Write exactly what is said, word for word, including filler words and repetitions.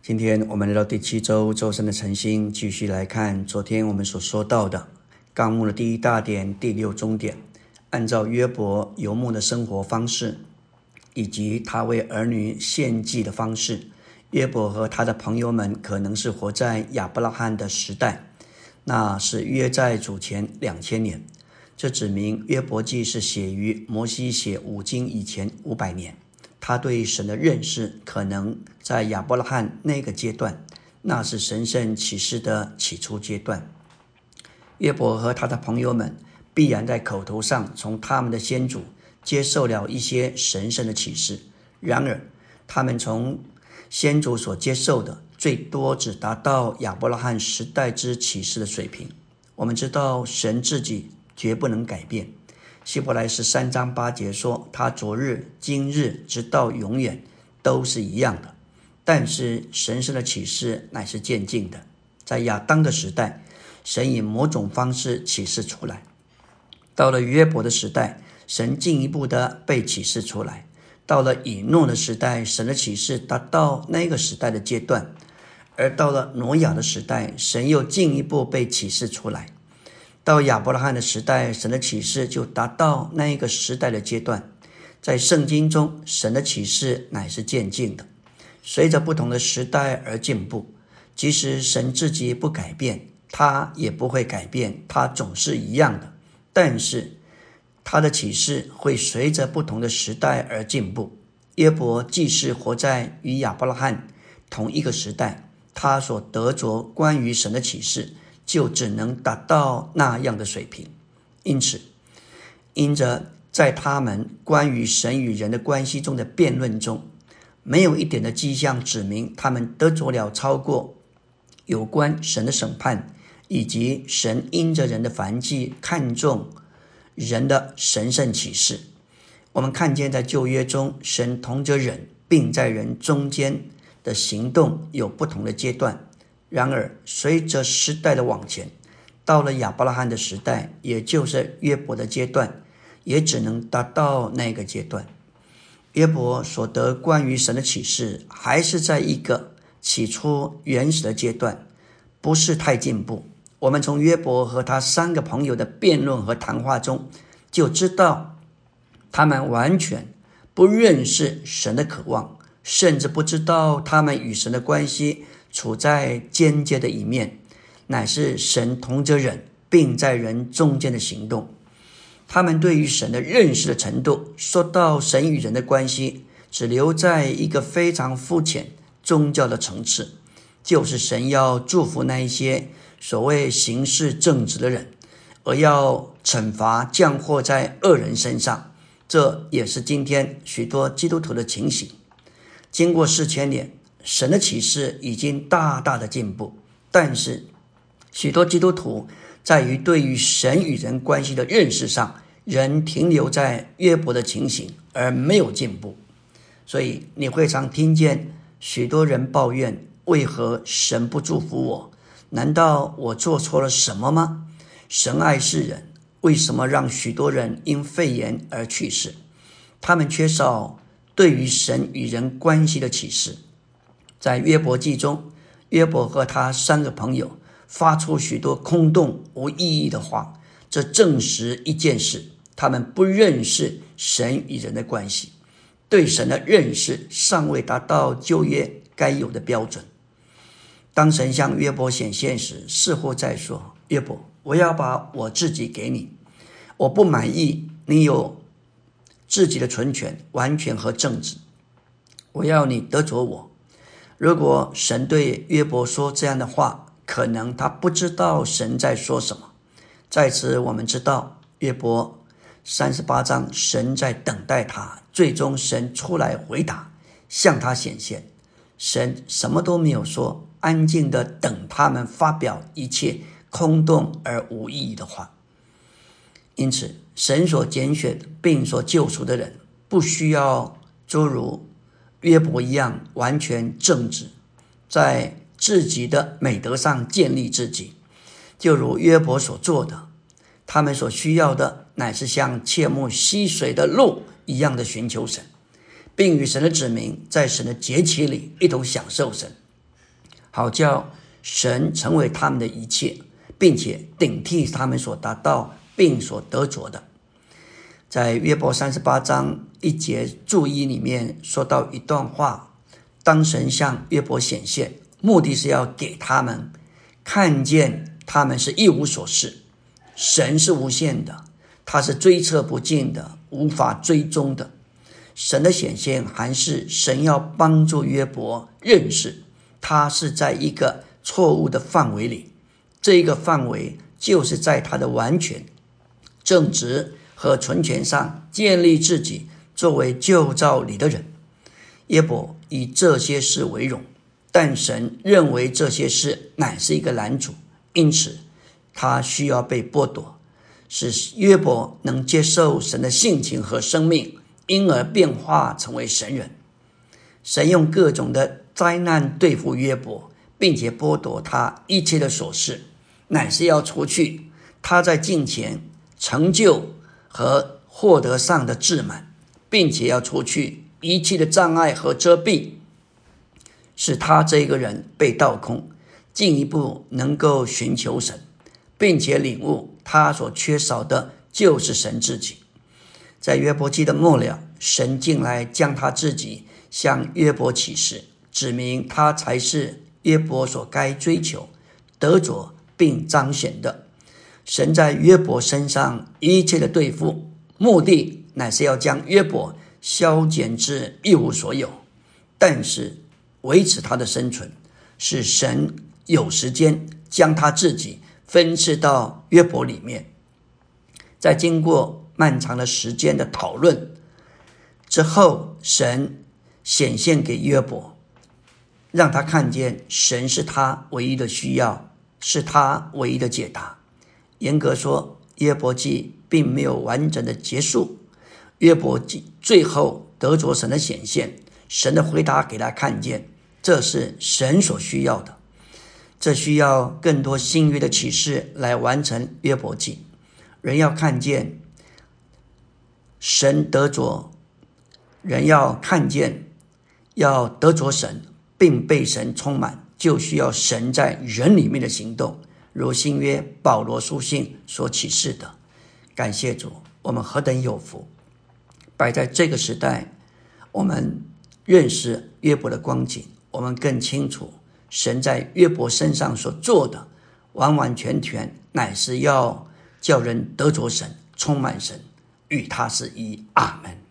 今天我们来到第七周周三的晨星，继续来看昨天我们所说到的纲目的第一大点、第六中点。按照约伯游牧的生活方式，以及他为儿女献祭的方式，约伯和他的朋友们可能是活在亚伯拉罕的时代，那是约在主前两千年。这指明约伯记是写于摩西写五经以前五百年。他对神的认识可能在亚伯拉罕那个阶段，那是神圣启示的起初阶段。约伯和他的朋友们必然在口头上从他们的先祖接受了一些神圣的启示，然而他们从先祖所接受的最多只达到亚伯拉罕时代之启示的水平。我们知道神自己绝不能改变，希伯来十三章八节说，他昨日今日直到永远都是一样的。但是神圣的启示乃是渐进的，在亚当的时代，神以某种方式启示出来，到了约伯的时代，神进一步的被启示出来，到了以诺的时代，神的启示达到那个时代的阶段，而到了挪亚的时代，神又进一步被启示出来，到亚伯拉罕的时代，神的启示就达到那一个时代的阶段。在圣经中，神的启示乃是渐进的，随着不同的时代而进步。即使神自己不改变，他也不会改变，他总是一样的。但是他的启示会随着不同的时代而进步。约伯既是活在与亚伯拉罕同一个时代，他所得着关于神的启示就只能达到那样的水平。因此，因着在他们关于神与人的关系中的辩论中，没有一点的迹象指明他们得着了超过有关神的审判，以及神因着人的燔祭看重人的神圣启示。我们看见在旧约中，神同着人并在人中间的行动有不同的阶段。然而随着时代的往前，到了亚伯拉罕的时代，也就是约伯的阶段，也只能达到那个阶段。约伯所得关于神的启示还是在一个起初原始的阶段，不是太进步。我们从约伯和他三个朋友的辩论和谈话中就知道，他们完全不认识神的渴望，甚至不知道他们与神的关系处在间接的一面，乃是神同着人并在人中间的行动。他们对于神的认识的程度，说到神与人的关系，只留在一个非常肤浅宗教的层次，就是神要祝福那一些所谓行事正直的人，而要惩罚降祸在恶人身上。这也是今天许多基督徒的情形。经过四千年，神的启示已经大大的进步，但是许多基督徒在于对于神与人关系的认识上，仍停留在约伯的情形，而没有进步。所以你会常听见许多人抱怨，为何神不祝福我？难道我做错了什么吗？神爱世人，为什么让许多人因肺炎而去世？他们缺少对于神与人关系的启示。在约伯记中，约伯和他三个朋友发出许多空洞无意义的话，这证实一件事，他们不认识神与人的关系，对神的认识尚未达到旧约该有的标准。当神向约伯显现时，似乎在说，约伯，我要把我自己给你，我不满意你有自己的存权、完全和正直，我要你得着我。如果神对约伯说这样的话，可能他不知道神在说什么。在此我们知道，约伯三十八章，神在等待他，最终神出来回答，向他显现。神什么都没有说，安静地等他们发表一切空洞而无意义的话。因此神所拣选并所救赎的人，不需要诸如约伯一样完全正直，在自己的美德上建立自己，就如约伯所做的。他们所需要的乃是像切慕溪水的鹿一样的寻求神，并与神的子民在神的节期里一同享受神。 好叫神成为他们的一切，并且顶替他们所达到并所得着的。在约伯三十八章一节注一里面说到一段话，当神向约伯显现，目的是要给他们看见他们是一无所事，神是无限的，他是追测不尽的，无法追踪的。神的显现还是神要帮助约伯认识他是在一个错误的范围里，这一个范围就是在他的完全正直和纯全上建立自己作为旧造里的人。约伯以这些事为荣，但神认为这些事乃是一个拦阻，因此他需要被剥夺，使约伯能接受神的性情和生命，因而变化成为神人。神用各种的灾难对付约伯，并且剥夺他一切的所事，乃是要除去他在金钱、成就和获得上的自满，并且要除去一切的障碍和遮蔽，使他这个人被倒空，进一步能够寻求神，并且领悟他所缺少的就是神自己。在约伯记的末了，神进来将他自己向约伯启示，指明他才是约伯所该追求、得着并彰显的。神在约伯身上一切的对付，目的乃是要将约伯削减至一无所有，但是维持他的生存，使神有时间将他自己分赐到约伯里面。在经过漫长的时间的讨论之后，神显现给约伯，让他看见神是他唯一的需要，是他唯一的解答。严格说，约伯记并没有完整的结束，约伯记最后得着神的显现，神的回答给他看见，这是神所需要的。这需要更多新约的启示来完成约伯记。人要看见神得着，人要看见要得着神并被神充满，就需要神在人里面的行动，如新约保罗书信所启示的。感谢主，我们何等有福，摆在这个时代，我们认识约伯的光景，我们更清楚神在约伯身上所做的完完全全乃是要叫人得着神，充满神，与他是一。阿们。